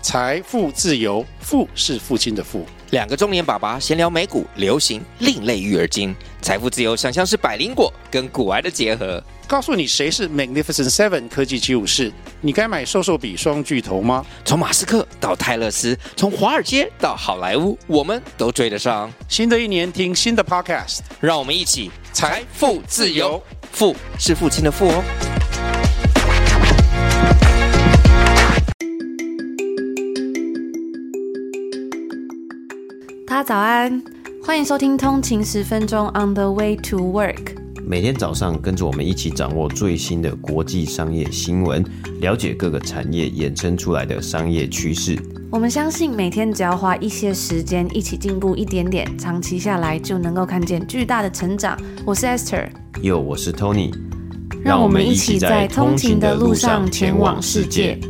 财富自由，富是父亲的富。 两个中年爸爸闲聊美股、流行、另类育儿经，财富自由想象是百灵果跟股癌的结合。 告诉你谁是 Magnificent Seven 科技75士，你该买瘦瘦比双巨头吗？ 从马斯克到泰勒斯，从华尔街到好莱坞，我们都追得上。 新的一年听新的 Podcast， 让我们一起财富自由， 富是父亲的富哦。 大家早安，欢迎收听通勤10分钟 On the way to work。 每天早上跟着我们一起掌握最新的国际商业新闻，了解各个产业衍生出来的商业趋势。 我们相信每天只要花一些时间一起进步一点点，长期下来就能够看见巨大的成长。我是 Esther， 我是 Tony， 让我们一起在通勤的路上前往世界。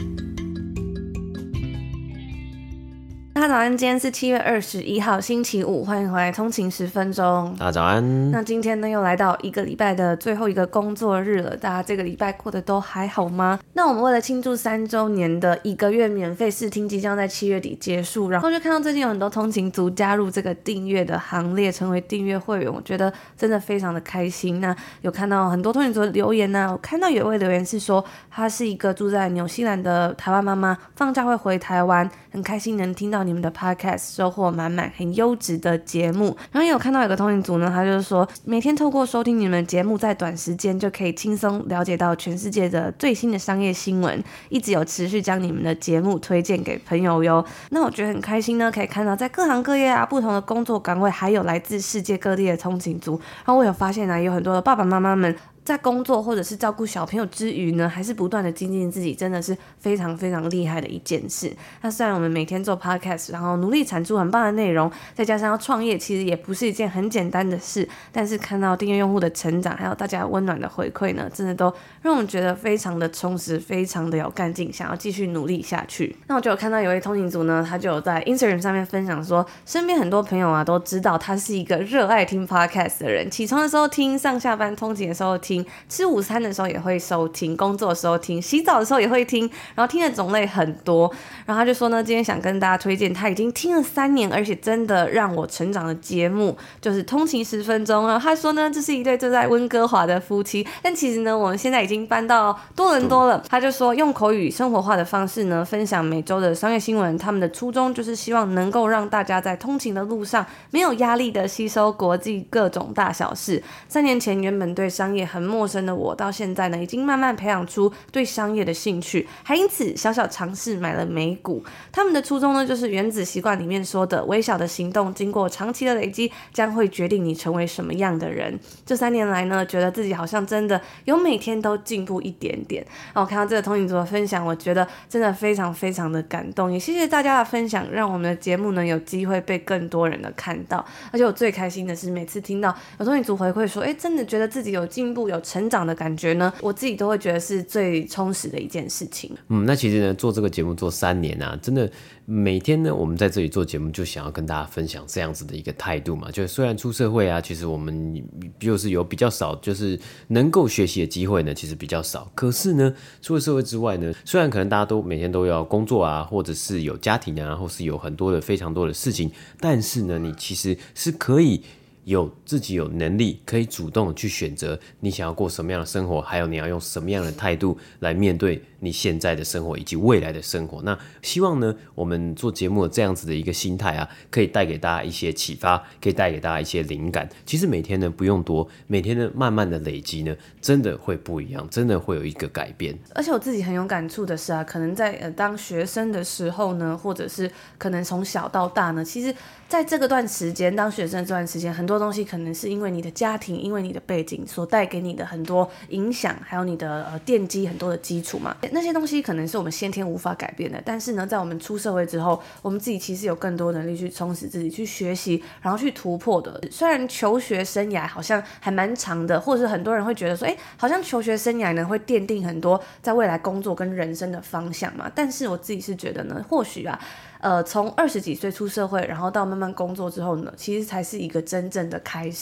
大家早安，今天是7月21号星期五，欢迎回来通勤10分钟。 大家早安。 那今天呢又来到一个礼拜的最后一个工作日了，大家这个礼拜过得都还好吗？那我们为了庆祝3周年的1个月免费试听即将在7月底结束，然后就看到最近有很多通勤族加入这个订阅的行列，成为订阅会员，我觉得真的非常的开心。那有看到很多通勤族的留言啊，我看到有一位留言是说她是一个住在纽西兰的台湾妈妈，放假会回台湾，很开心能听到你们的 podcast， 收获满满，很优质的节目。然后也有看到有个通勤族呢，他就是说每天透过收听你们的节目，在短时间就可以轻松了解到全世界的最新的商业新闻，一直有持续将你们的节目推荐给朋友哟。那我觉得很开心呢，可以看到在各行各业啊，不同的工作岗位，还有来自世界各地的通勤族。然后我有发现啊，有很多的爸爸妈妈们在工作或者是照顾小朋友之余呢，还是不断的精进自己，真的是非常非常厉害的一件事。那虽然我们每天做 podcast， 然后努力产出很棒的内容，再加上要创业，其实也不是一件很简单的事。但是看到订阅用户的成长，还有大家温暖的回馈呢，真的都让我们觉得非常的充实，非常的有干劲，想要继续努力下去。那我就有看到有位通勤族呢，他就有在 Instagram 上面分享说，身边很多朋友啊都知道他是一个热爱听 podcast 的人，起床的时候听，上下班通勤的时候听，吃午餐的时候也会收听，工作的时候听，洗澡的时候也会听，然后听的种类很多。然后他就说呢，今天想跟大家推荐他已经听了3年，而且真的让我成长的节目，就是通勤10分钟。然后他说呢，这是一对住在温哥华的夫妻，但其实呢，我们现在已经搬到多伦多了。他就说，用口语生活化的方式呢，分享每周的商业新闻。他们的初衷就是希望能够让大家在通勤的路上没有压力的吸收国际各种大小事。3年前原本对商业很陌生的我，到现在呢，已经慢慢培养出对商业的兴趣，还因此小小尝试买了美股。他们的初衷呢，就是原子习惯里面说的，微小的行动经过长期的累积，将会决定你成为什么样的人。这3年来呢，觉得自己好像真的有每天都进步一点点。然后我看到这个通勤族的分享，我觉得真的非常非常的感动，也谢谢大家的分享，让我们的节目呢有机会被更多人的看到。而且我最开心的是，每次听到有通勤族回馈说，真的觉得自己有进步、有成长的感觉呢，我自己都会觉得是最充实的一件事情。 那其实呢，做这个节目做3年啊，真的每天呢，我们在这里做节目就想要跟大家分享这样子的一个态度嘛。就虽然出社会啊，其实我们就是有比较少，就是能够学习的机会呢，其实比较少。可是呢，除了社会之外呢，虽然可能大家都每天都要工作啊，或者是有家庭啊，或是有很多的非常多的事情，但是呢，你其实是可以自己有能力可以主动去选择你想要过什么样的生活，还有你要用什么样的态度来面对你现在的生活以及未来的生活。那希望呢，我们做节目的这样子的一个心态啊，可以带给大家一些启发，可以带给大家一些灵感。其实每天呢不用多，每天呢慢慢的累积呢，真的会不一样，真的会有一个改变。 而且我自己很有感触的是啊，可能在当学生的时候呢，或者是可能从小到大呢，其实在这个段时间，当学生这段时间，很多东西可能是因为你的家庭，因为你的背景所带给你的很多影响，还有你的奠基很多的基础嘛。那些东西可能是我们先天无法改变的，但是呢，在我们出社会之后，我们自己其实有更多能力去充实自己，去学习，然后去突破的。虽然求学生涯好像还蛮长的，或者是很多人会觉得说，好像求学生涯呢会奠定很多在未来工作跟人生的方向嘛。但是我自己是觉得呢，或许啊，从20几岁出社会，然后到慢慢工作之后呢，其实才是一个真正的开始。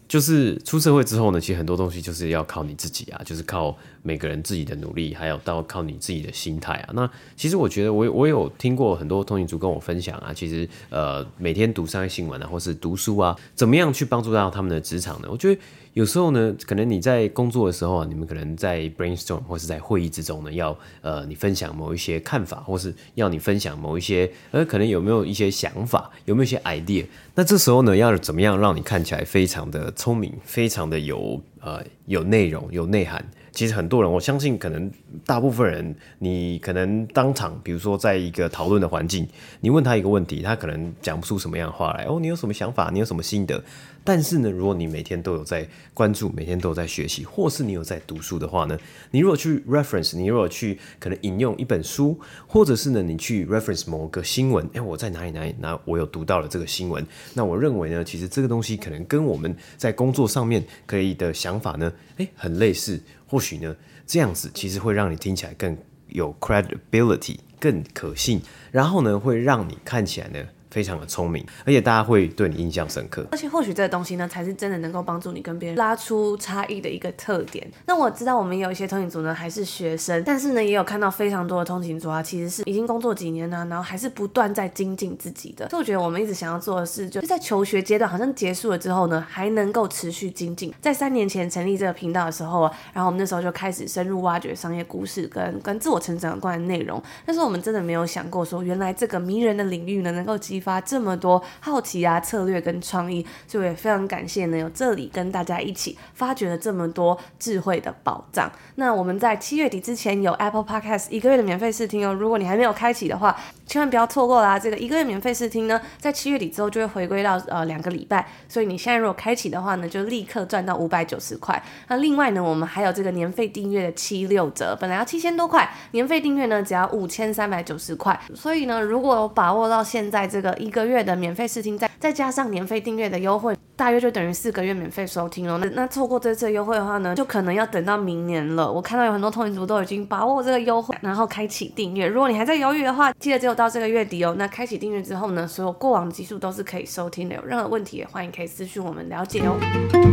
就是出社会之后呢，其实很多东西就是要靠你自己啊，就是靠每个人自己的努力，还有靠你自己的心态啊。那其实我觉得我有听过很多通勤族跟我分享啊，其实每天读商业新闻啊，或是读书啊，怎么样去帮助到他们的职场呢？我觉得有时候呢，可能你在工作的时候啊，你们可能在 brainstorm 或是在会议之中呢，要你分享某一些看法，或是要你分享某一些可能有没有一些想法，有没有一些 idea。那这时候呢，要怎么样让你看起来非常的聪明，非常的有内容、有内涵？其实很多人，我相信可能大部分人，你可能当场，比如说在一个讨论的环境，你问他一个问题，他可能讲不出什么样的话来。哦，你有什么想法？你有什么心得？但是呢，如果你每天都有在关注，每天都有在学习，或是你有在读书的话呢，你如果去 reference， 你如果去可能引用一本书，或者是呢你去 reference 某个新闻，我在哪里，我有读到了这个新闻，那我认为呢，其实这个东西可能跟我们在工作上面可以的想法呢，很类似，或许呢这样子其实会让你听起来更有 credibility， 更可信，然后呢会让你看起来呢非常的聪明，而且大家会对你印象深刻。 而且或许这个东西呢，才是真的能够帮助你跟别人拉出差异的一个特点。那我知道我们也有一些通勤族呢，还是学生，但是呢，也有看到非常多的通勤族啊，其实是已经工作几年了，然后还是不断在精进自己的。所以我觉得我们一直想要做的是，就在求学阶段好像结束了之后呢，还能够持续精进。在3年前成立这个频道的时候啊，然后我们那时候就开始深入挖掘商业故事跟自我成长有关的内容。但是我们真的没有想过说，原来这个迷人的领域呢，能够激发这么多好奇啊、策略跟创意，所以我也非常感谢呢，有这里跟大家一起发掘了这么多智慧的宝藏。那我们在7月底之前有 Apple Podcast 1个月的免费试听哦，如果你还没有开启的话，千万不要错过啦！这个1个月免费试听呢，在7月底之后就会回归到2个礼拜，所以你现在如果开启的话呢，就立刻赚到590块。那另外呢，我们还有这个年费订阅的76折，本来要7000多块，年费订阅呢只要5390块。所以呢，如果有把握到现在这个1个月的免费试听，再加上年费订阅的优惠，大约就等于4个月免费收听了。那错过这次的优惠的话呢，就可能要等到明年了。我看到有很多通勤族都已经把握这个优惠，然后开启订阅。如果你还在犹豫的话，记得只有到这个月底哦。那开启订阅之后呢，所有过往的集数都是可以收听的。有任何问题也欢迎可以私讯我们了解哦。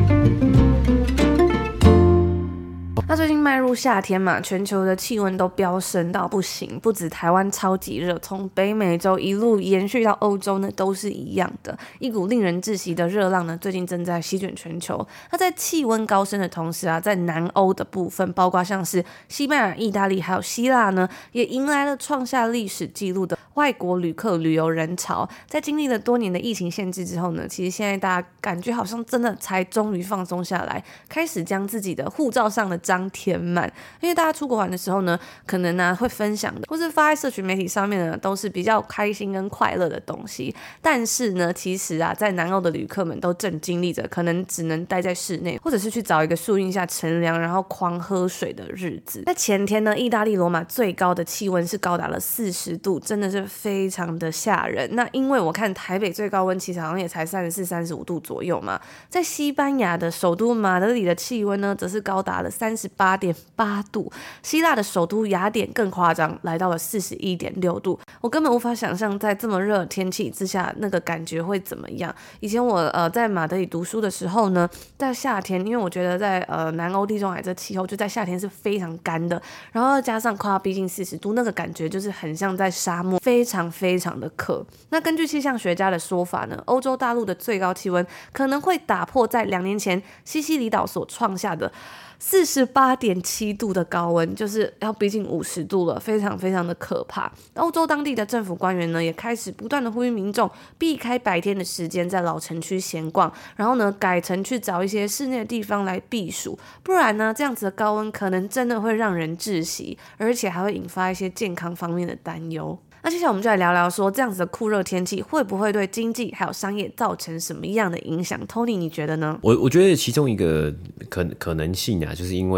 那最近迈入夏天嘛，全球的气温都飙升到不行，不止台湾超级热，从北美洲一路延续到欧洲呢，都是一样的。一股令人窒息的热浪呢，最近正在席卷全球。那在气温高升的同时啊，在南欧的部分，包括像是西班牙、意大利还有希腊呢，也迎来了创下历史纪录的外国旅客旅游人潮。在经历了多年的疫情限制之后呢，其实现在大家感觉好像真的才终于放松下来，开始将自己的护照上的章填满。因为大家出国玩的时候呢，可能呢会分享的或是发在社群媒体上面呢，都是比较开心跟快乐的东西。但是呢，其实啊，在南欧的旅客们都正经历着可能只能待在室内，或者是去找一个树荫下乘凉，然后狂喝水的日子。在前天呢，意大利罗马最高的气温是高达了40度，真的是非常的吓人。那因为我看台北最高温其实好像也才34、35度左右嘛，在西班牙的首都马德里的气温呢，则是高达了38.8度，希腊的首都雅典更夸张，来到了41.6度。我根本无法想象在这么热的天气之下，那个感觉会怎么样。以前我在马德里读书的时候呢，在夏天，因为我觉得在南欧地中海这气候，就在夏天是非常干的，然后加上快要逼近40度，那个感觉就是很像在沙漠，非常非常的渴。那根据气象学家的说法呢，欧洲大陆的最高气温可能会打破在2年前西西里岛所创下的48.7度的高温，就是要逼近50度了，非常非常的可怕。欧洲当地的政府官员呢，也开始不断的呼吁民众避开白天的时间在老城区闲逛，然后呢改成去找一些室内的地方来避暑，不然呢这样子的高温可能真的会让人窒息，而且还会引发一些健康方面的担忧。那接下来我们就来聊聊说，这样子的酷热天气会不会对经济还有商业造成什么样的影响？ Tony 你觉得呢？ 我觉得其中一个可能性啊，就是因为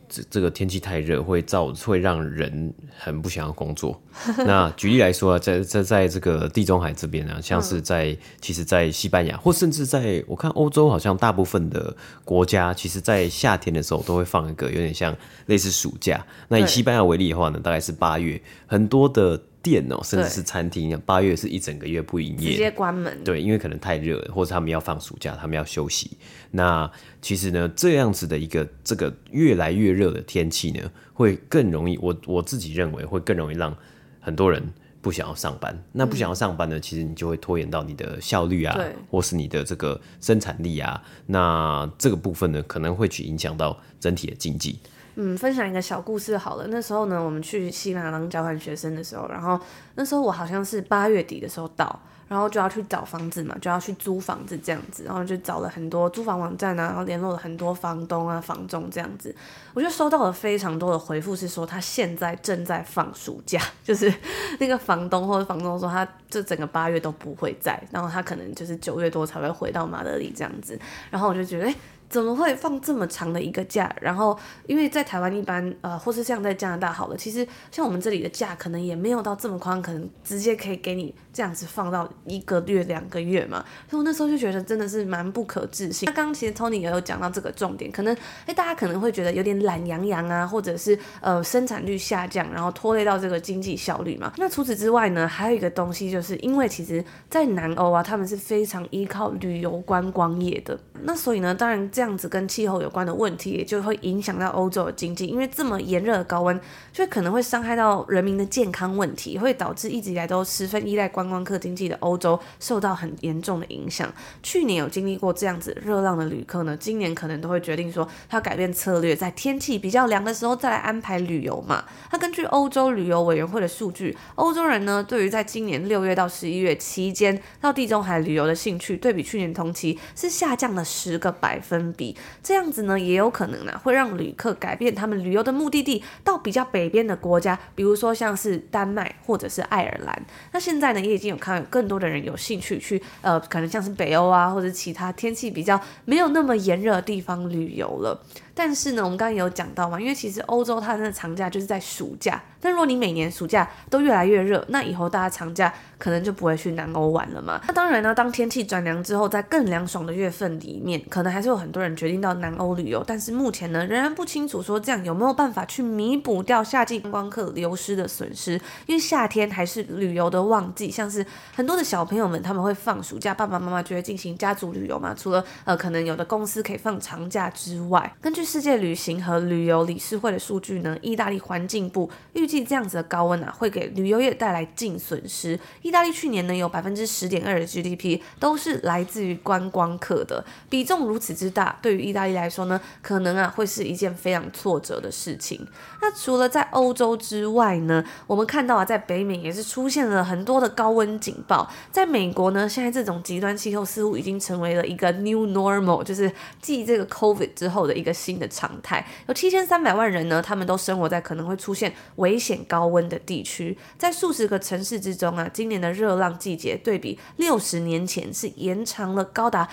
这个天气太热会让人很不想要工作。那举例来说啊，在这个地中海这边啊，像是其实在西班牙，或甚至在我看欧洲，好像大部分的国家，其实在夏天的时候都会放一个有点像类似暑假。那以西班牙为例的话呢，大概是8月，很多的店甚至是餐厅，8月是一整个月不营业， 直接关门。 对，因为可能太热了，或者他们要放暑假，他们要休息。那其实呢，这样子的这个越来越热的天气呢，会更容易，我自己认为会更容易让很多人不想要上班。那不想要上班呢，其实你就会拖延到你的效率啊，或是你的这个生产力啊。那这个部分呢，可能会去影响到整体的经济。 分享一个小故事好了。那时候呢，我们去西班牙当交换学生的时候，然后那时候我好像是8月底的时候到，然后就要去找房子嘛，就要去租房子这样子，然后就找了很多租房网站啊，然后联络了很多房东啊、房仲这样子，我就收到了非常多的回复，是说他现在正在放暑假，就是那个房东或者房东说他这整个8月都不会在，然后他可能就是9月多才会回到马德里这样子，然后我就觉得怎么会放这么长的一个假？然后因为在台湾一般或是像在加拿大好了，其实像我们这里的假可能也没有到这么宽，可能直接可以给你这样子放到1个月2个月嘛，所以我那时候就觉得真的是蛮不可置信。那刚刚其实 Tony 也有讲到这个重点，可能大家可能会觉得有点懒洋洋啊，或者是生产率下降，然后拖累到这个经济效率嘛。那除此之外呢，还有一个东西，就是因为其实在南欧啊，他们是非常依靠旅游观光业的，那所以呢，当然这样子跟气候有关的问题也就会影响到欧洲的经济，因为这么炎热的高温就可能会伤害到人民的健康问题，会导致一直以来都十分依赖观光客经济的欧洲受到很严重的影响。去年有经历过这样子热浪的旅客呢，今年可能都会决定说他改变策略，在天气比较凉的时候再来安排旅游嘛。那根据欧洲旅游委员会的数据，欧洲人呢对于在今年6月到11月期间到地中海旅游的兴趣，对比去年同期是下降了10个百分比。这样子呢，也有可能会让旅客改变他们旅游的目的地，到比较北边的国家，比如说像是丹麦或者是爱尔兰。那现在呢，也已经有看到有更多的人有兴趣去可能像是北欧啊，或者其他天气比较没有那么炎热的地方旅游了。但是呢，我们刚刚也有讲到嘛，因为其实欧洲它的长假就是在暑假，但如果你每年暑假都越来越热，那以后大家长假可能就不会去南欧玩了嘛。那当然呢，当天气转凉之后，在更凉爽的月份里面，可能还是有很多人决定到南欧旅游，但是目前呢，仍然不清楚说这样有没有办法去弥补掉夏季观光客流失的损失，因为夏天还是旅游的旺季，像是很多的小朋友们他们会放暑假，爸爸妈妈就会进行家族旅游嘛，除了可能有的公司可以放长假之外，根据世界旅行和旅游理事会的数据呢，意大利环境部预计这样子的高温会给旅游业带来净损失。意大利去年呢有 10.2% 的 GDP 都是来自于观光客的，比重如此之大，对于意大利来说呢，可能会是一件非常挫折的事情。那除了在欧洲之外呢，我们看到在北美也是出现了很多的高温警报。在美国呢，现在这种极端气候似乎已经成为了一个 new normal， 就是继这个 COVID 之后的一个新的常态。有7300万人呢，他们都生活在可能会出现危险高温的地区。在数十个城市之中啊，今年的热浪季节对比60年前是延长了高达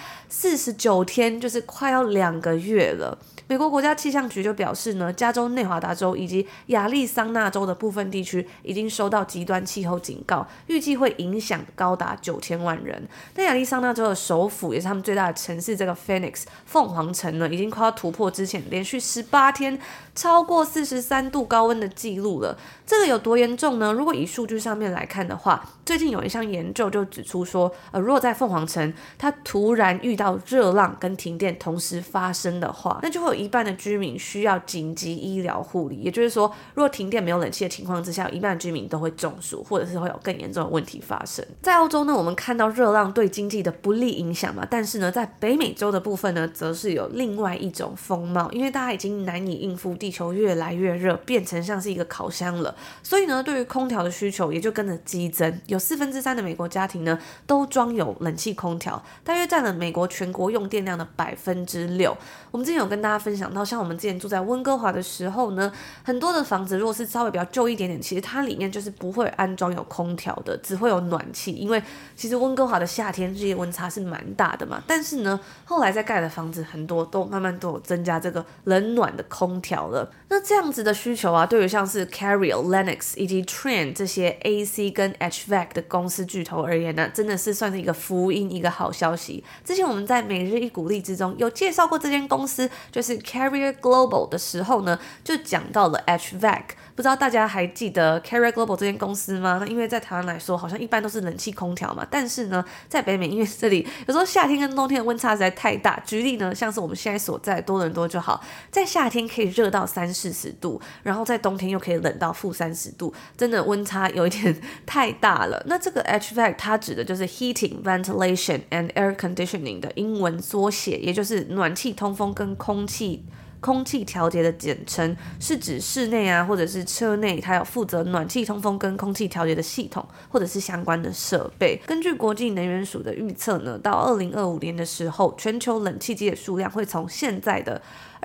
49天，就是快要2个月了。美国国家气象局就表示呢，加州、内华达州以及亚利桑那州的部分地区已经收到极端气候警告，预计会影响高达9000万人。那亚利桑那州的首府也是他们最大的城市，这个 Phoenix 凤凰城呢，已经快要突破之前连续18天超过43度高温的记录了。这个有多严重呢？如果以数据上面来看的话，最近有一项研究就指出说，如果在凤凰城它突然遇到热浪跟停电同时发生的话，那就会有一半的居民需要紧急医疗护理。也就是说，如果停电没有冷气的情况之下，有一半的居民都会中暑，或者是会有更严重的问题发生。在欧洲呢，我们看到热浪对经济的不利影响嘛，但是呢，在北美洲的部分呢，则是有另外一种风貌，因为大家已经难以应付地球越来越热，变成像是一个烤箱了，所以呢，对于空调的需求也就跟着激增。有3%的美国家庭呢，都装有冷气空调，大约占了美国全国用电量的6%。我们之前有跟大家分享到，像我们之前住在温哥华的时候呢，很多的房子如果是稍微比较旧一点点，其实它里面就是不会安装有空调的，只会有暖气，因为其实温哥华的夏天日夜温差是蛮大的嘛。但是呢，后来在盖的房子很多都慢慢都有增加这个冷暖的空调了。 了。那这样子的需求啊，对于像是 Carrier、Lennox 以及 Trane 这些 AC 跟 HVAC 的公司巨头而言呢，真的是算是一个福音，一个好消息。之前我们在每日一鼓励之中有介绍过这间公司，就是 Carrier Global 的时候呢，就讲到了 HVAC。不知道大家还记得 Carrier Global 这间公司吗？那因为在台湾来说，好像一般都是冷气空调嘛，但是呢，在北美因为这里有时候夏天跟冬天的温差实在太大。举例呢，像是我们现在所在多伦多就好，在夏天可以热到30-40度，然后在冬天又可以冷到-30度，真的温差有一点太大了。那这个 HVAC 它指的就是 Heating, Ventilation and Air Conditioning 的英文缩写，也就是暖气、通风跟空气调节的简称，是指室内啊或者是车内它有负责暖气通风跟空气调节的系统或者是相关的设备。根据国际能源署的预测呢，到2025年的时候，全球冷气机的数量会从现在的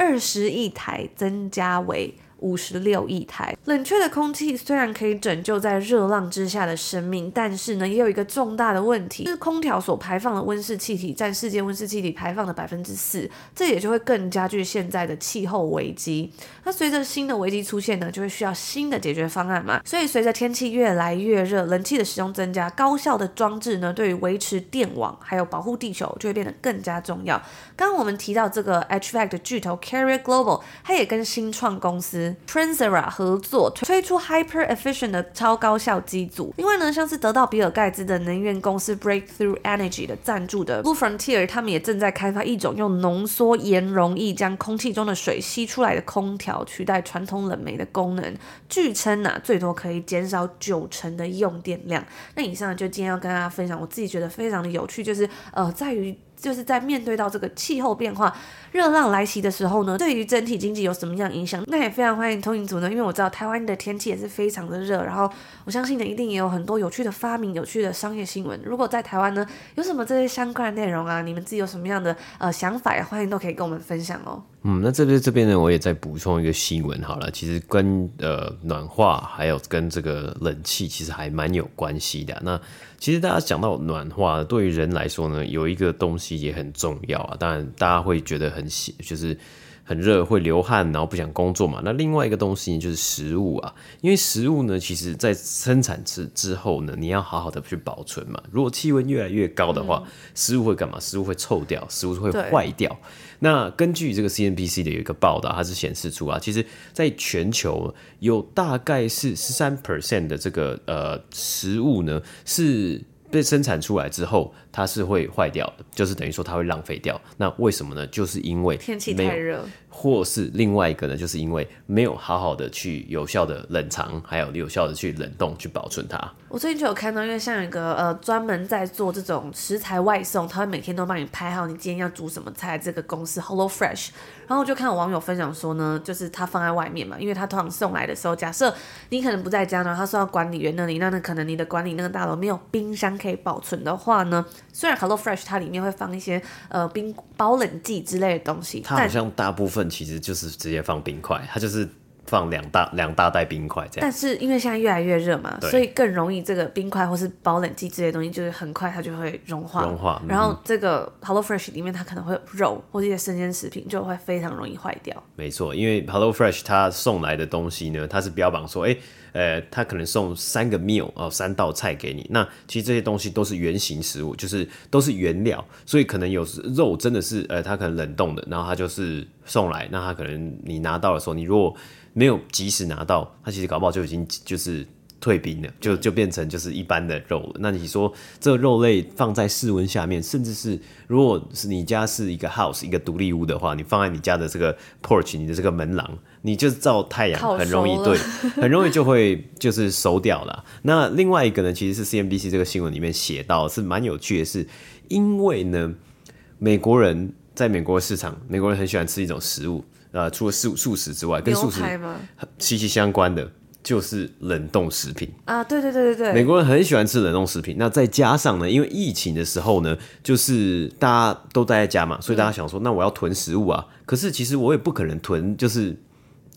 20亿台增加为56亿台。冷却的空气虽然可以拯救在热浪之下的生命，但是呢，也有一个重大的问题，就是空调所排放的温室气体占世界温室气体排放的4%，这也就会更加剧现在的气候危机。那随着新的危机出现呢，就会需要新的解决方案嘛。所以随着天气越来越热，冷气的使用增加，高效的装置呢，对于维持电网还有保护地球就会变得更加重要。刚刚我们提到这个 HVAC 的巨头 Carrier Global， 它也跟新创公司Transera 合作推出 Hyper Efficient 的超高效机组。另外呢，像是得到比尔盖茨的能源公司 Breakthrough Energy 的赞助的 Blue Frontier， 他们也正在开发一种用浓缩盐溶液将空气中的水吸出来的空调，取代传统冷媒的功能。据称最多可以减少90%的用电量。那以上就今天要跟大家分享，我自己觉得非常的有趣，就是在于就是在面对到这个气候变化、热浪来袭的时候呢，对于整体经济有什么样影响？那也非常欢迎通勤组呢，因为我知道台湾的天气也是非常的热，然后我相信呢，一定也有很多有趣的发明、有趣的商业新闻。如果在台湾呢，有什么这些相关的内容啊，你们自己有什么样的想法，欢迎都可以跟我们分享哦。 那这边呢，我也再补充一个新闻好了，其实跟暖化还有跟这个冷气其实还蛮有关系的。那其实大家讲到暖化，对于人来说呢，有一个东西也很重要啊。当然，大家会觉得就是很热，会流汗，然后不想工作嘛。那另外一个东西就是食物啊，因为食物呢，其实在生产之后呢，你要好好的去保存嘛。如果气温越来越高的话，食物会干嘛？食物会臭掉，食物会坏掉。那根据这个 CNBC 的有一个报道，它是显示出啊，其实在全球有大概是13% 的这个食物呢是被生产出来之后，它是会坏掉的，就是等于说它会浪费掉。那为什么呢？就是因为天气太热， 或是另外一个呢，就是因为没有好好的去有效的冷藏，还有有效的去冷冻去保存它。 我最近就有看到，因为像有一个专门在做这种食材外送，他会每天都帮你拍好你今天要煮什么菜，这个公司 HelloFresh。然后我就看到网友分享说呢，就是他放在外面嘛，因为他通常送来的时候，假设你可能不在家呢，他送到管理员那里，那可能你的管理那个大楼没有冰箱可以保存的话呢，虽然 HelloFresh 它里面会放一些保冷剂之类的东西， 它好像大部分其实就是直接放冰块，它就是放两大袋冰块这样。 但是因为现在越来越热嘛，所以更容易这个冰块或是保冷剂之类的东西，就是很快它就会融化。然后这个 HelloFresh 里面它可能会有肉或者一些生鲜食品，就会非常容易坏掉。 没错，因为 HelloFresh 它送来的东西呢，它是标榜说，它可能送3个 meal 3道菜给你。那其实这些东西都是原型食物，就是都是原料，所以可能有肉真的是它可能冷冻的，然后它就是送来，那它可能你拿到的时候，你如果没有及时拿到，它其实搞不好就已经就是退冰了，就变成就是一般的肉了。那你说这个肉类放在室温下面，甚至是如果是你家是一个 house 一个独立屋的话，你放在你家的这个 porch 你的这个门廊，你就照太阳很容易很容易就会就是熟掉了。那另外一个呢，其实是 CNBC 这个新闻里面写到是蛮有趣的是，因为呢美国人在美国市场，美国人很喜欢吃一种食物。除了素食之外，跟素食息息相关的就是冷冻食品啊！对， 美国人很喜欢吃冷冻食品。那再加上呢，因为疫情的时候呢，就是大家都待在家嘛，所以大家想说，那我要囤食物啊。可是其实我也不可能囤，就是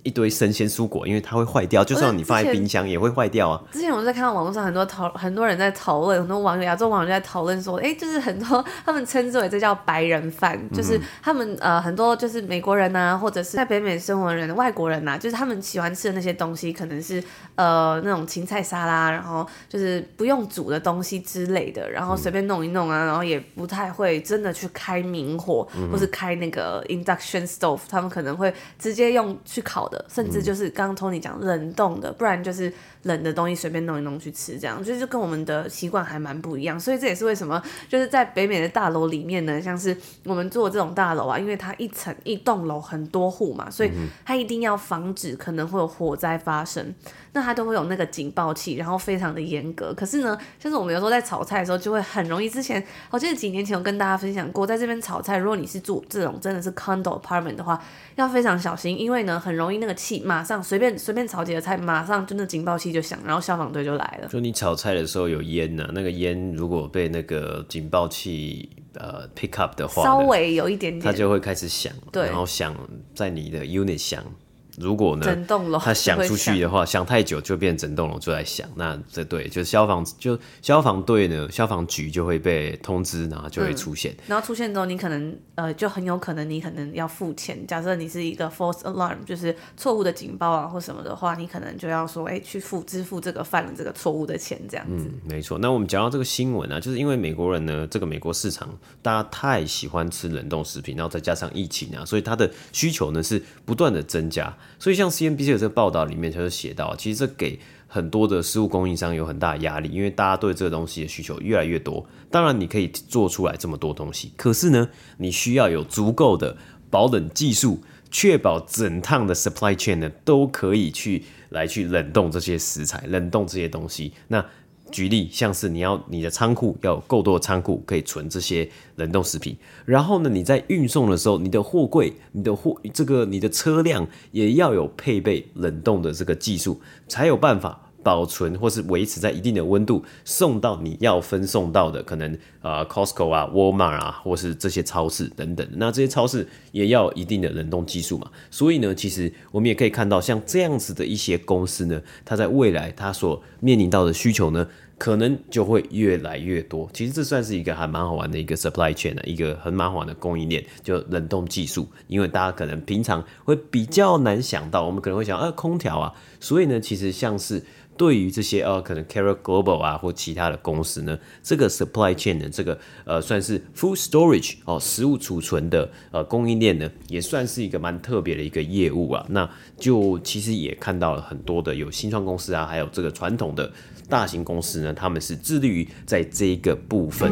一堆生鲜蔬果，因为它会坏掉，就算你放在冰箱也会坏掉啊。 之前我在看到网络上很多人在讨论，很多亚洲网友在讨论说，就是很多他们称之为这叫白人饭，就是他们很多就是美国人啊，或者是在北美生活的人、外国人啊，就是他们喜欢吃的那些东西，可能是那种芹菜沙拉，然后就是不用煮的东西之类的，然后随便弄一弄啊，然后也不太会真的去开明火，或是开那个 induction stove， 他们可能会直接用去烤的，甚至就是刚刚 Tony 讲冷冻的，不然就是冷的东西随便弄一弄去吃，这样就跟我们的习惯还蛮不一样。所以这也是为什么就是在北美的大楼里面呢，像是我们做这种大楼啊，因为它一栋楼很多户嘛，所以它一定要防止可能会有火灾发生，那它都会有那个警报器，然后非常的严格。可是呢，像是我们有时候在炒菜的时候，就会很容易，之前我记得几年前有跟大家分享过，在这边炒菜，如果你是住这种真的是 condo apartment 的话，要非常小心，因为呢很容易那个气马上随便炒几个菜，马上就那警报器就响，然后消防队就来了。 就你炒菜的时候有烟啊，那个烟如果被那个警报器pick up 的话， 稍微有一点点， 它就会开始响， 对， 然后响在你的 unit 响。如果呢， 整栋楼它响出去的话，响太久就变整栋楼就在响。那这对，就消防队呢，消防局就会被通知，然后就会出现。 然后出现之后，你可能就很有可能你可能要付钱。假设你是一个 false alarm， 就是错误的警报啊或什么的话，你可能就要说，去支付这个犯了这个错误的钱这样子。 没错。那我们讲到这个新闻啊，就是因为美国人呢，这个美国市场大家太喜欢吃冷冻食品，然后再加上疫情啊，所以它的需求呢是不断的增加。所以像 CNBC 的这个报道里面，它就写到，其实这给很多的食物供应商有很大的压力，因为大家对这个东西的需求越来越多。当然，你可以做出来这么多东西，可是呢，你需要有足够的保冷技术，确保整趟的 supply chain 呢都可以去冷冻这些食材，冷冻这些东西。那举例，像是你的仓库要有够多的仓库可以存这些冷冻食品，然后呢，你在运送的时候，你的货柜、你的车辆也要有配备冷冻的这个技术，才有办法保存或是维持在一定的温度，送到你要分送到的可能Costco 啊、Walmart 啊，或是这些超市等等。那这些超市也要有一定的冷冻技术嘛。所以呢，其实我们也可以看到，像这样子的一些公司呢，它在未来它所面临到的需求呢，可能就会越来越多。其实这算是一个还蛮好玩的一个 supply chain 一个很蛮好玩的供应链，就冷冻技术。因为大家可能平常会比较难想到，我们可能会想空调啊，所以呢，其实像是对于这些可能 Carrier Global 啊或其他的公司呢，这个 supply chain 的这个算是 food storage 食物储存的供应链呢，也算是一个蛮特别的一个业务啊。那就其实也看到了很多的有新创公司啊，还有这个传统的大型公司呢，他们是致力于在这个部分。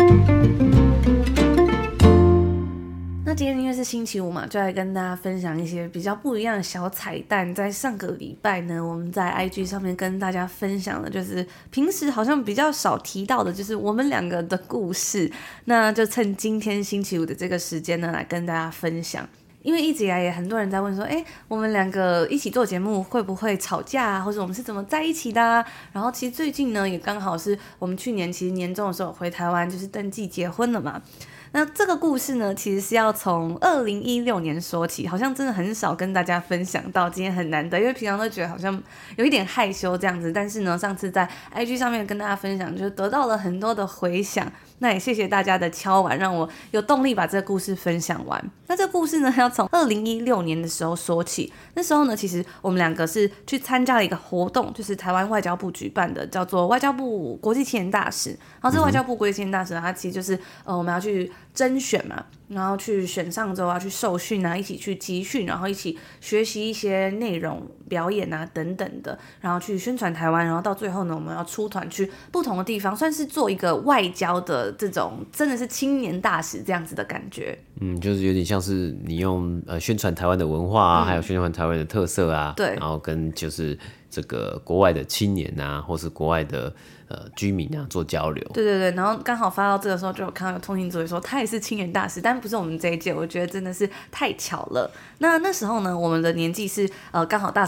那今天因为是星期五嘛，就来跟大家分享一些比较不一样的小彩蛋。在上个礼拜呢，我们在 IG 上面跟大家分享的就是平时好像比较少提到的，就是我们两个的故事。那就趁今天星期五的这个时间呢，来跟大家分享。因为一直以来也很多人在问说，我们两个一起做节目会不会吵架啊，或者我们是怎么在一起的啊？然后其实最近呢，也刚好是我们去年其实年终的时候回台湾，就是登记结婚了嘛。那这个故事呢，其实是要从2016年说起，好像真的很少跟大家分享到，今天很难得，因为平常都觉得好像有一点害羞这样子，但是呢，上次在 IG 上面跟大家分享，就得到了很多的回响。那也谢谢大家的敲碗，让我有动力把这个故事分享完。那这个故事呢，要从2016年的时候说起。那时候呢，其实我们两个是去参加了一个活动，就是台湾外交部举办的，叫做外交部国际青年大使。然后这个外交部国际青年大使呢，它其实就是我们要去甄选嘛，然后去选上之后要去受训啊，一起去集训，然后一起学习一些内容、表演啊等等的，然后去宣传台湾。然后到最后呢，我们要出团去不同的地方，算是做一个外交的这种真的是青年大使这样子的感觉。 就是有点像是你用宣传台湾的文化啊，还有宣传台湾的特色啊， 对， 然后跟就是这个国外的青年啊，或是国外的居民啊做交流。对对对，然后刚好发到这个时候，就有看到有通勤组也说他也是青年大使，但不是我们这一届，我觉得真的是太巧了。那时候呢，我们的年纪是刚好大3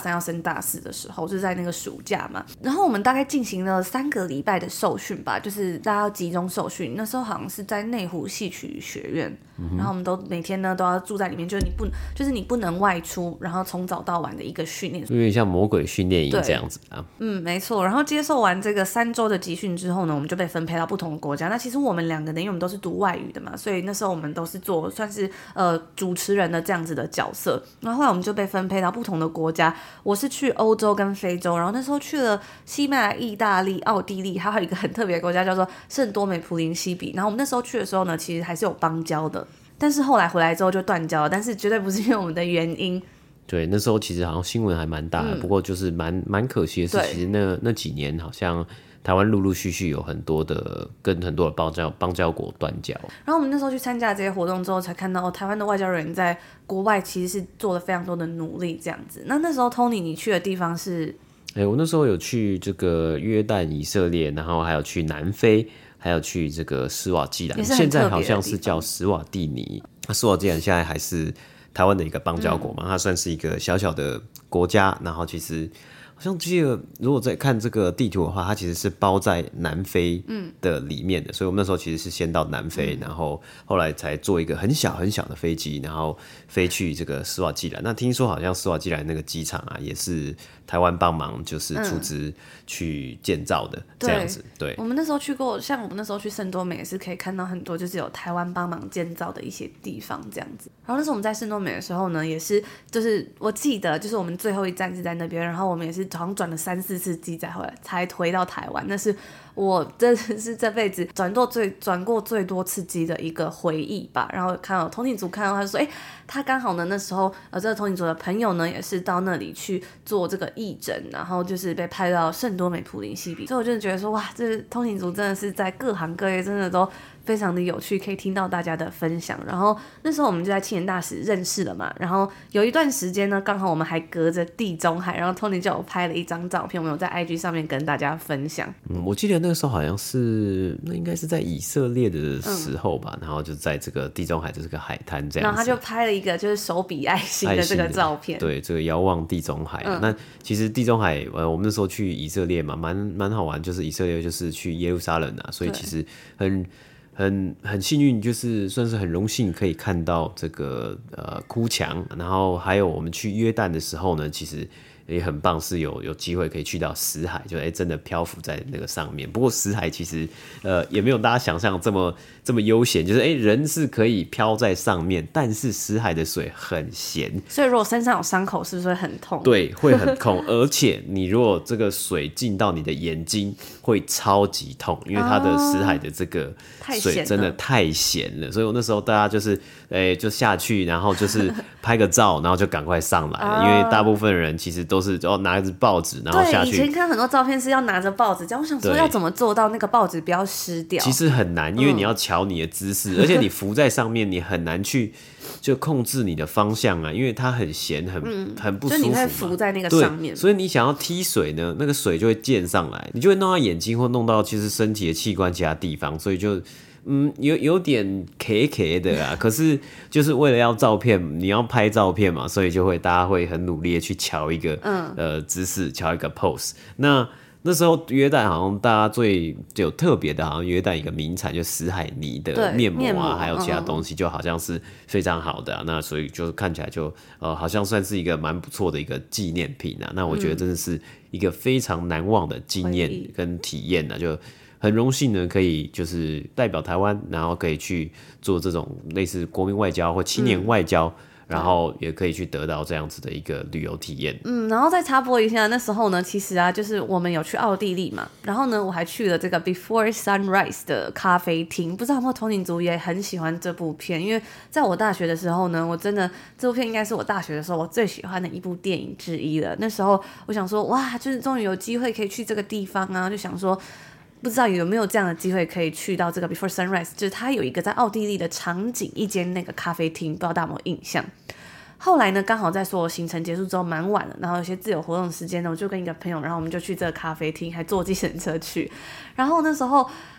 3要升大4的时候，就是在那个暑假嘛。然后我们大概进行了3个礼拜的受训吧，就是大家要集中受训。那时候好像是在内湖戏曲学院，然后我们都每天呢都要住在里面，就是你不能外出，然后从早到晚的一个训练， 有点像魔鬼训练营这样子啊。 没错。然后接受完这个3周的集训之后呢，我们就被分配到不同的国家。那其实我们2个呢，因为我们都是读外语的嘛，所以那时候我们都是做算是主持人的这样子的角色。然后后来我们就被分配到不同的国家，我是去欧洲跟非洲，然后那时候去了西班牙、意大利、奥地利，还有一个很特别的国家叫做圣多美普林西比。然后我们那时候去的时候呢，其实还是有邦交的，但是后来回来之后就断交了，但是绝对不是因为我们的原因。 对，那时候其实好像新闻还蛮大的，不过就是蛮可惜的是，其实那几年好像台湾陆陆续续有很多的跟很多的邦交国断交。 然后我们那时候去参加这些活动之后，才看到台湾的外交人员在国外其实是做了非常多的努力这样子。那时候 Tony 你去的地方是？ 我那时候有去这个约旦、以色列，然后还有去南非，还有去这个斯瓦季兰，现在好像是叫史瓦蒂尼。斯瓦季兰现在还是台湾的一个邦交国嘛，它算是一个小小的国家，然后其实好像记得，如果在看这个地图的话，它其实是包在南非的里面的，所以我们那时候其实是先到南非，然后后来才坐一个很小很小的飞机，然后飞去这个斯瓦季兰。那听说好像斯瓦季兰那个机场啊，也是台湾帮忙就是出资去建造的这样子。对， 我们那时候去过，像我们那时候去圣多美也是可以看到很多就是有台湾帮忙建造的一些地方这样子。然后那时候我们在圣多美的时候呢，也是就是我记得就是我们最后一站是在那边，然后我们也是好像转了3-4次机才回到台湾。那是我真的是这辈子转过最多次机的一个回忆吧。然后看到通勤族看到他就说，他刚好呢那时候这个通勤族的朋友呢也是到那里去做这个义诊，然后就是被派到圣多美普林西比。所以我就觉得说，哇，这通勤族真的是在各行各业真的都非常的有趣，可以听到大家的分享。然后那时候我们就在青年大使认识了嘛，然后有一段时间呢，刚好我们还隔着地中海，然后 Tony 就有拍了一张照片，我们有在 IG 上面跟大家分享。 我记得那个时候好像是那应该是在以色列的时候吧，然后就在这个地中海的这个海滩这样子， 然后他就拍了一个就是手比爱心的这个照片，对， 这个遥望地中海那其实地中海我们那时候去以色列嘛，蛮好玩，就是以色列就是去耶路撒冷啊，所以其实很幸运，就是算是很荣幸可以看到这个哭墙，然后还有我们去约旦的时候呢，其实也很棒，是有机会可以去到死海，就真的漂浮在那个上面。不过死海其实也没有大家想象这么悠闲，就是人是可以漂在上面，但是死海的水很咸， 所以如果身上有伤口是不是会很痛？ 对，会很痛，而且你如果这个水进到你的眼睛会超级痛，因为它的死海的这个水真的太咸了，所以我那时候大家就是就下去，然后就是拍个照，然后就赶快上来了，因为大部分人其实都是拿一只报纸，然后下去。 对，以前看很多照片是要拿着报纸，这样我想说要怎么做到那个报纸不要湿掉？ 其实很难，因为你要瞧你的姿势，而且你浮在上面，你很难去就控制你的方向啊，因为它很咸，很不舒服嘛，就你会浮在那个上面， 所以你想要踢水呢，那个水就会溅上来，你就会弄到眼睛或弄到其实身体的器官其他地方，所以就有点 K 的啊，可是就是为了要照片，你要拍照片嘛，所以就会大家会很努力的去瞧一个姿势，瞧一个 pose。那时候约旦好像大家最有特别的，好像约旦一个名产就死海泥的面膜啊，还有其他东西，就好像是非常好的那所以就看起来就好像算是一个蛮不错的一个纪念品啊。那我觉得真的是一个非常难忘的经验跟体验啊，就很荣幸呢，可以就是代表台湾，然后可以去做这种类似国民外交或青年外交。然后也可以去得到这样子的一个旅游体验。 然后再插播一下，那时候呢，其实啊，就是我们有去奥地利嘛，然后呢，我还去了这个 Before Sunrise 的咖啡厅。不知道有没有同龄族也很喜欢这部片，因为在我大学的时候呢，我真的这部片应该是我大学的时候我最喜欢的一部电影之一了。那时候我想说，哇，就是终于有机会可以去这个地方啊，就想说。不知道有没有这样的机会可以去到这个 Before Sunrise， 就是它有一个在奥地利的场景，一间那个咖啡厅，不知道大家有没有印象。后来呢，刚好在所有行程结束之后蛮晚了，然后有些自由活动的时间呢，我就跟一个朋友，然后我们就去这个咖啡厅，还坐计程车去。然后那时候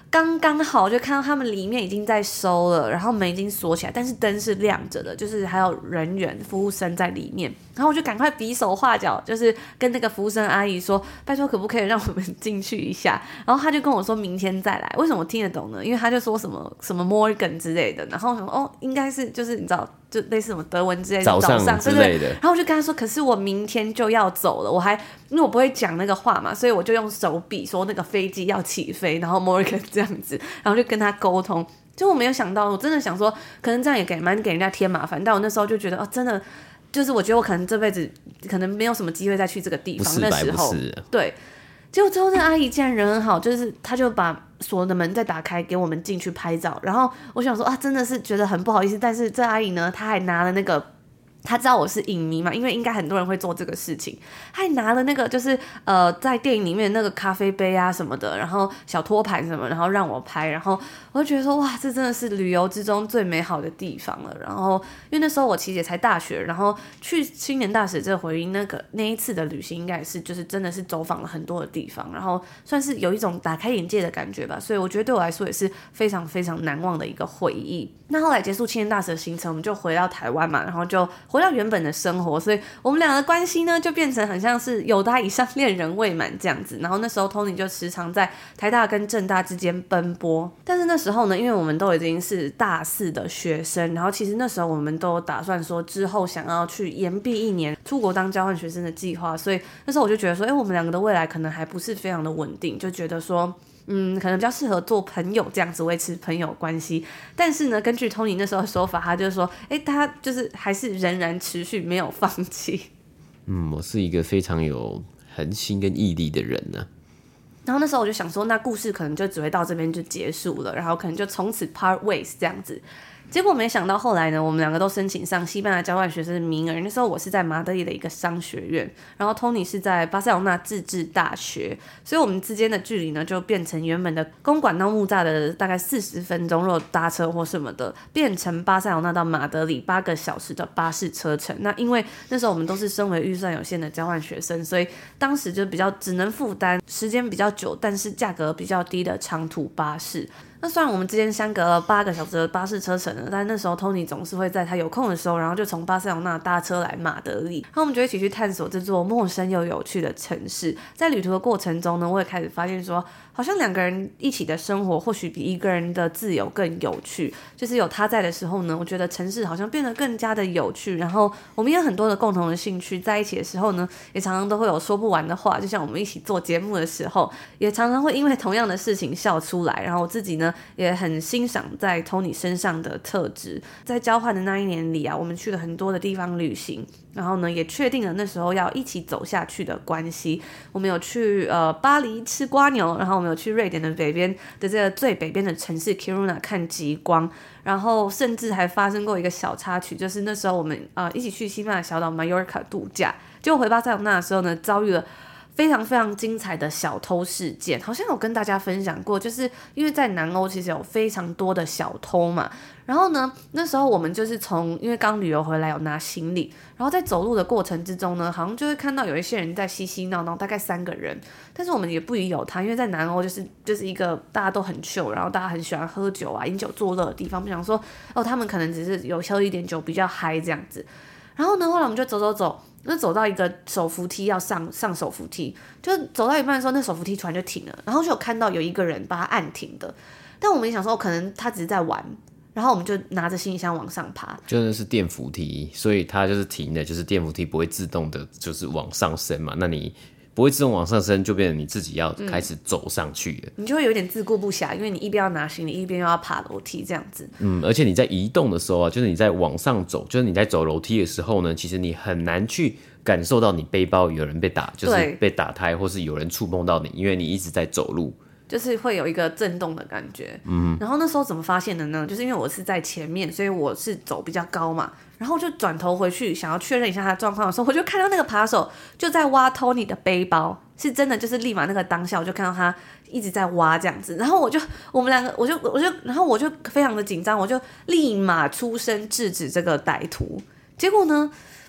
刚刚好就看到他们里面已经在收了，然后门已经锁起来，但是灯是亮着的，就是还有人员服务生在里面，然后我就赶快比手画脚，就是跟那个服务生阿姨说，拜托可不可以让我们进去一下，然后他就跟我说明天再来。为什么我听得懂呢？因为他就说什么 Morgan 之类的，然后我想说应该是就是你知道就类似什么德文之类的早上之类的， 然后我就跟他说，可是我明天就要走了，因为我不会讲那个话嘛，所以我就用手比说那个飞机要起飞，然后 Morgan 这样子，然后就跟他沟通。就我没有想到，我真的想说，可能这样也蛮给人家添麻烦，但我那时候就觉得，真的就是我觉得我可能这辈子可能没有什么机会再去这个地方。那时候对，结果之后那阿姨竟然人很好，就是她就把所有的门再打开给我们进去拍照，然后我想说真的是觉得很不好意思，但是这阿姨呢，她还拿了那个。他知道我是影迷嘛，因为应该很多人会做这个事情，他还拿了那个就是在电影里面那个咖啡杯啊什么的，然后小托盘什么，然后让我拍，然后我就觉得说哇，这真的是旅游之中最美好的地方了。然后因为那时候我其实也才大学，然后去青年大使这个回忆，那一次的旅行应该也是就是真的是走访了很多的地方，然后算是有一种打开眼界的感觉吧，所以我觉得对我来说也是非常非常难忘的一个回忆。那后来结束青年大使的行程，我们就回到台湾嘛，然后就回到原本的生活，所以我们俩的关系呢就变成很像是友达以上恋人未满这样子。然后那时候 Tony 就时常在台大跟政大之间奔波，但是那时候呢，因为我们都已经是大四的学生，然后其实那时候我们都打算说之后想要去延毕1年出国当交换学生的计划，所以那时候我就觉得说我们两个的未来可能还不是非常的稳定，就觉得说可能比较适合做朋友这样子维持朋友关系。但是呢，根据 Tony 那时候的说法，他就说他就是还是仍然持续没有放弃。 我是一个非常有恒心跟毅力的人呢。 然后那时候我就想说，那故事可能就只会到这边就结束了，然后可能就从此 part ways 这样子。结果没想到后来呢，我们两个都申请上西班牙交换学生的名额。那时候我是在马德里的一个商学院，然后 Tony 是在巴塞罗那自治大学，所以我们之间的距离呢就变成原本的公馆到木栅的大概40分钟，如果搭车或什么的，变成巴塞罗那到马德里8个小时的巴士车程。那因为那时候我们都是身为预算有限的交换学生，所以当时就比较只能负担时间比较久，但是价格比较低的长途巴士。那虽然我们之间相隔了8个小时的巴士车程了，但那时候 Tony 总是会在他有空的时候，然后就从巴塞罗那搭车来马德里，然后我们就一起去探索这座陌生又有趣的城市。在旅途的过程中呢，我也开始发现说，好像2个人一起的生活或许比1个人的自由更有趣。就是有他在的时候呢，我觉得城市好像变得更加的有趣，然后我们有很多的共同的兴趣，在一起的时候呢，也常常都会有说不完的话。就像我们一起做节目的时候，也常常会因为同样的事情笑出来。然后我自己呢也很欣赏在 Tony 身上的特质。在交换的那1年里啊，我们去了很多的地方旅行，然后呢也确定了那时候要一起走下去的关系。我们有去巴黎吃瓜牛，然后我们有去瑞典的北边的这个最北边的城市 Kiruna 看极光，然后甚至还发生过一个小插曲，就是那时候我们一起去西班牙小岛 Mallorca 度假，结果回巴塞罗那的时候呢，遭遇了非常非常精彩的小偷事件。好像有跟大家分享过，就是因为在南欧其实有非常多的小偷嘛，然后呢那时候我们就是因为刚旅游回来有拿行李，然后在走路的过程之中呢，好像就会看到有一些人在嬉嬉闹闹，大概3个人，但是我们也不疑有他，因为在南欧就是一个大家都很chill，然后大家很喜欢喝酒啊饮酒作乐的地方，不想说他们可能只是有喝一点酒比较嗨这样子。然后呢后来我们就走，就走到一个手扶梯，要上手扶梯，就走到一半的时候，那手扶梯突然就停了，然后就有看到有一个人把它按停的，但我们也想说可能他只是在玩，然后我们就拿着行李箱往上爬， 真的是电扶梯，所以它就是停的，就是电扶梯不会自动的，就是往上升嘛。那你不会自动往上升，就变成你自己要开始走上去了， 你就会有点自顾不暇，因为你一边要拿行李，一边又要爬楼梯这样子。 而且你在移动的时候啊，就是你在往上走，就是你在走楼梯的时候呢，其实你很难去感受到你背包有人被打，就是被打胎，或是有人触碰到你，因为你一直在走路。 就是会有一个震动的感觉，然后那时候怎么发现的呢？就是因为我是在前面，所以我是走比较高嘛，然后就转头回去想要确认一下他的状况的时候，我就看到那个扒手就在挖 Tony 的背包，是真的，就是立马那个当下我就看到他一直在挖这样子，然后我们两个然后我就非常的紧张，我就立马出声制止这个歹徒，结果呢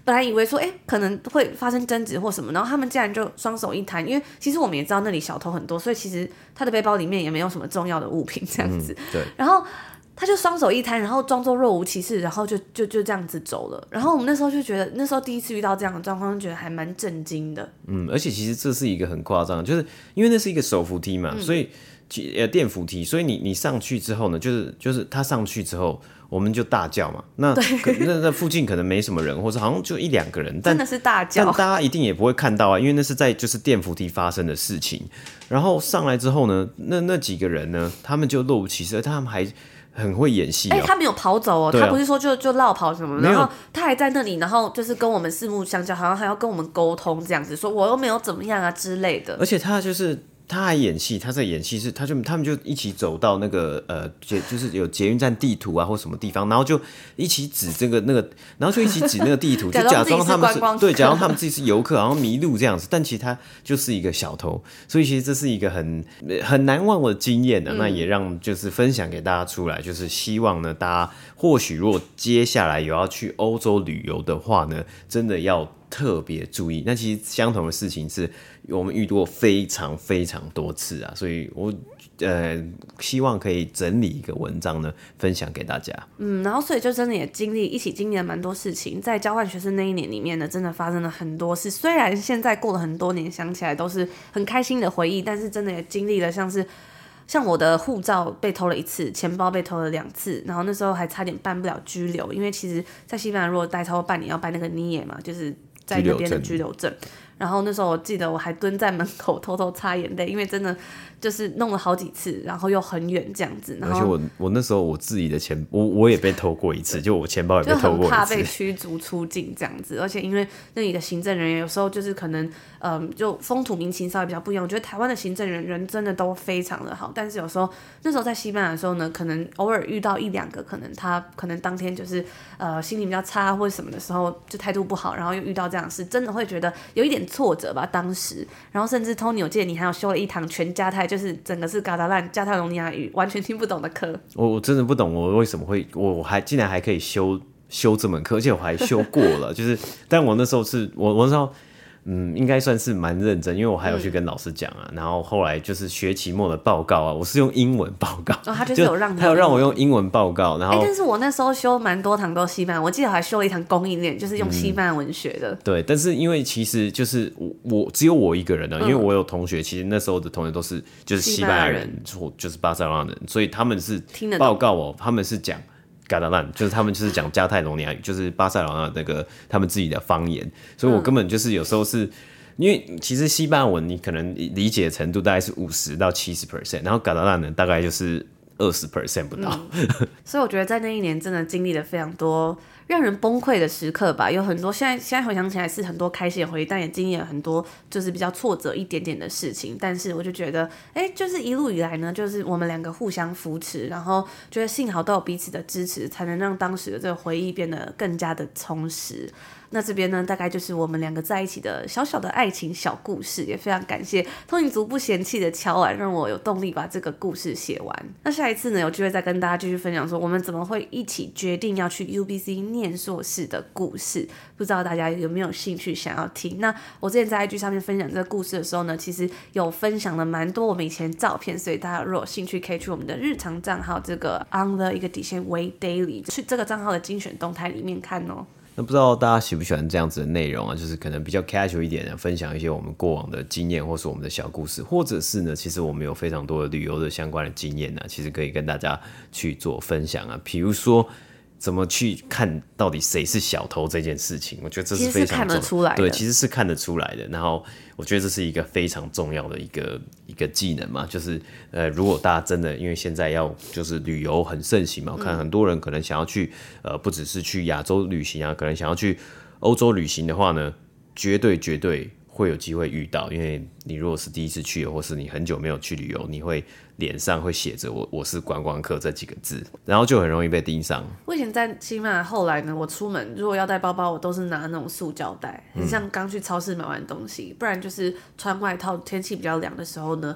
本来以为说可能会发生争执或什么，然后他们竟然就双手一摊，因为其实我们也知道那里小偷很多，所以其实他的背包里面也没有什么重要的物品这样子， 对， 然后他就双手一摊，然后装作若无其事，然后就这样子走了。然后我们那时候就觉得，那时候第一次遇到这样的状况，就觉得还蛮震惊的。 而且其实这是一个很夸张，就是因为那是一个手扶梯嘛，所以电扶梯，所以你上去之后呢，就是他上去之后，我们就大叫嘛。那附近可能没什么人，或者好像就1-2个人， 真的是大叫， 但大家一定也不会看到啊，因为那是在就是电扶梯发生的事情。然后上来之后呢，那几个人呢，他们就若无其事，而他们还很会演戏他没有跑走哦，他不是说就落跑什么，然后他还在那里，然后就是跟我们四目相交，好像还要跟我们沟通这样子，说我又没有怎么样啊之类的。 而且他还演戏，他在演戏他们就一起走到那个就是有捷运站地图啊或什么地方，然后就一起指这个那个，然后就一起指那个地图，就假装他们是对，假装他们自己是游客，然后迷路这样子，但其实他就是一个小偷，所以其实这是一个很难忘的经验的，那也让就是分享给大家出来，就是希望呢大家或许如果接下来有要去欧洲旅游的话呢，真的要特别注意。那其实相同的事情是我们遇过非常非常多次啊，所以我希望可以整理一个文章呢，分享给大家。 然后所以就真的也一起经历了蛮多事情，在交换学生那一年里面呢，真的发生了很多事。虽然现在过了很多年，想起来都是很开心的回忆，但是真的也经历了像我的护照被偷了1次，钱包被偷了2次，然后那时候还差点办不了居留，因为其实在西班牙如果待超过半年要办那个NIE嘛，就是在那边的居留证。然后那时候我记得我还蹲在门口偷偷擦眼泪，因为真的就是弄了好几次，然后又很远这样子。然后而且我那时候我自己的钱，我也被偷过1次，就我钱包也被偷过1次， 就很怕被驱逐出境这样子。而且因为那里的行政人员有时候就是可能就风土民情稍微比较不一样。我觉得台湾的行政人真的都非常的好，但是有时候那时候在西班牙的时候呢，可能偶尔遇到1-2个，可能当天就是心情比较差或者什么的时候，就态度不好，然后又遇到这样的事，真的会觉得有一点挫折吧当时。然后甚至 Tony 我记得你还有修了一堂全加泰，就是整个是加泰隆尼亚语完全听不懂的课。 我真的不懂我为什么会我还竟然还可以修这门课，而且我还修过了就是但我那时候我那时候应该算是蛮认真，因为我还有去跟老师讲啊，然后后来就是学期末的报告啊，我是用英文报告， 他就是有让他有让我用英文报告，然后但是我那时候修蛮多堂都西班牙，我记得我还修了一堂供应链，就是用西班牙文学的。 对，但是因为其实就是我只有我一个人啊，因为我有同学，其实那时候的同学都是就是西班牙人，就是巴塞罗那人，所以他们是报告我，他们是讲加达兰，就是他们就是讲加泰罗尼亚语，就是巴塞罗那那个他们自己的方言，所以我根本就是有时候是因为其实西班牙文你可能理解的程度大概是50%到70%，然后加达兰呢大概就是20% 不到。 所以我觉得在那一年真的经历了非常多让人崩溃的时刻吧，有很多现在回想起来是很多开心的回忆，但也经历了很多就是比较挫折一点点的事情。但是我就觉得就是一路以来呢，就是我们2个互相扶持，然后觉得幸好都有彼此的支持，才能让当时的这个回忆变得更加的充实。那这边呢，大概就是我们2个在一起的小小的爱情小故事，也非常感谢通勤族不嫌弃的敲碗，让我有动力把这个故事写完。那下一次呢，有机会再跟大家继续分享说我们怎么会一起决定要去 UBC 念硕士的故事，不知道大家有没有兴趣想要听？那我之前在 IG 上面分享这个故事的时候呢，其实有分享了蛮多我们以前照片，所以大家如果有兴趣可以去我们的日常账号这个 on the 一个底线 way daily 去这个账号的精选动态里面看哦。 那不知道大家喜不喜欢这样子的内容啊？就是可能比较 casual 一点的，分享一些我们过往的经验，或是我们的小故事，或者是呢，其实我们有非常多的旅游的相关的经验啊，其实可以跟大家去做分享啊。比如说怎么去看到底谁是小偷这件事情，我觉得这是非常重要， 其实是看得出来的。 对，其实是看得出来的。然后我觉得这是一个非常重要的一个技能嘛，就是如果大家真的因为现在要就是旅游很盛行嘛，我看很多人可能想要去不只是去亚洲旅行啊，可能想要去欧洲旅行的话呢，绝对会有机会遇到，因为你如果是第一次去，或是你很久没有去旅游，你会脸上会写着我是观光客这几个字，然后就很容易被盯上。 我以前在西班牙，后来呢，我出门如果要带包包，我都是拿那种塑胶袋，很像刚去超市买完东西，不然就是穿外套，天气比较凉的时候呢，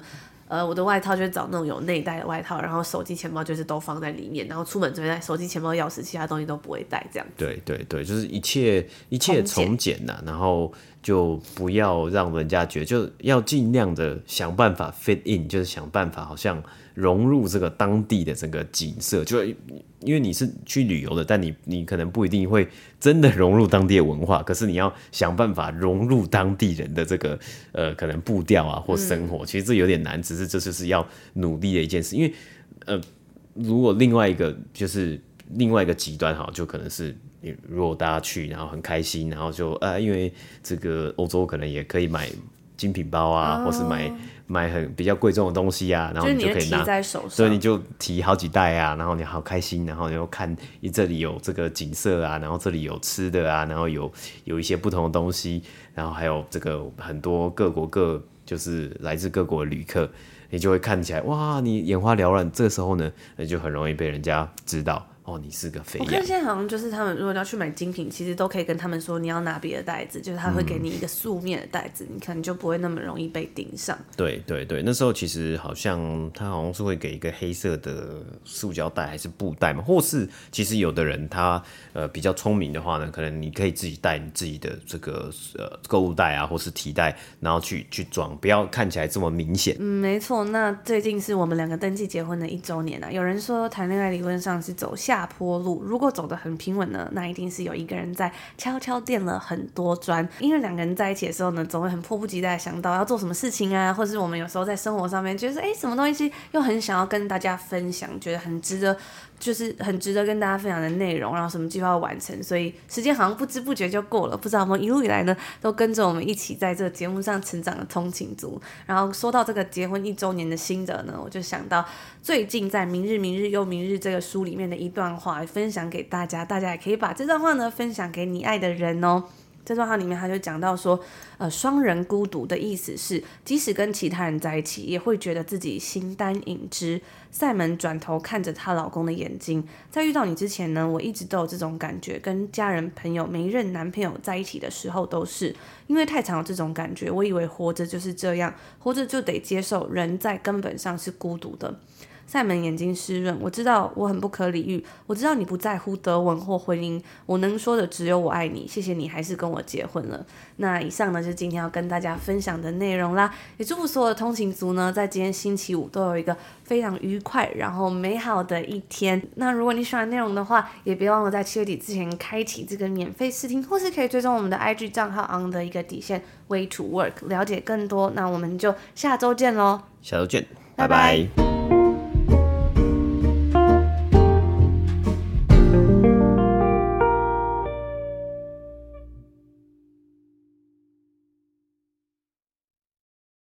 我的外套就是找那种有内袋的外套，然后手机钱包就是都放在里面，然后出门只会带手机钱包钥匙，其他东西都不会带这样子。 对对对，就是一切从简呐，然后就不要让人家觉得，就要尽量的想办法 fit in， 就是想办法好像融入这个当地的整个景色，就因为你是去旅游的，但你可能不一定会真的融入当地的文化，可是你要想办法融入当地人的这个可能步调啊或生活，其实这有点难，只是这就是要努力的一件事。因为如果另外一个极端哈，就可能是如果大家去然后很开心，然后就因为这个欧洲可能也可以买精品包啊，或是买很比较贵重的东西啊，然后你就可以拿， 提在手上， 所以你就提好几袋啊，然后你好开心，然后你又看这里有这个景色啊，然后这里有吃的啊，然后有一些不同的东西，然后还有这个很多就是来自各国的旅客，你就会看起来哇，你眼花缭乱，这个时候呢，你就很容易被人家知道。你是个肥羊。 我看现在好像就是他们如果要去买精品，其实都可以跟他们说你要拿别的袋子，就是他会给你一个素面的袋子，你可能就不会那么容易被盯上。 对对对，那时候其实他好像是会给一个黑色的塑胶袋还是布袋嘛，或是其实有的人他比较聪明的话呢，可能你可以自己带你自己的这个购物袋啊，或是提袋，然后去装，不要看起来这么明显。 没错。那最近是我们2个登记结婚的1周年啊，有人说谈恋爱理论上是走下坡路，如果走得很平稳呢，那一定是有一个人在悄悄垫了很多砖。因为2个人在一起的时候呢，总会很迫不及待地想到要做什么事情啊，或是我们有时候在生活上面觉得什么东西又很想要跟大家分享，觉得很值得跟大家分享的内容，然后什么计划要完成，所以时间好像不知不觉就过了。不知道我们一路以来呢，都跟着我们一起在这个节目上成长的通勤族。然后说到这个结婚1周年的心得呢，我就想到最近在《明日明日又明日》这个书里面的一段话，分享给大家，大家也可以把这段话呢分享给你爱的人哦。这段话里面他就讲到说，双人孤独的意思是，即使跟其他人在一起，也会觉得自己形单影只。赛门转头看着她老公的眼睛，在遇到你之前呢，我一直都有这种感觉，跟家人朋友每一任男朋友在一起的时候都是，因为太常有这种感觉，我以为活着就是这样，活着就得接受人在根本上是孤独的。赛门眼睛湿润，我知道我很不可理喻，我知道你不在乎德文或婚姻，我能说的只有我爱你，谢谢你还是跟我结婚了。那以上呢就是今天要跟大家分享的内容啦，也祝福所有的通勤族呢在今天星期五都有一个非常愉快然后美好的一天。那如果你喜欢内容的话，也别忘了在7月底之前开启这个免费试听，或是可以追踪我们的 IG 账号 on 的一个底线 way to work 了解更多。那我们就下周见咯， 下周见， 拜拜。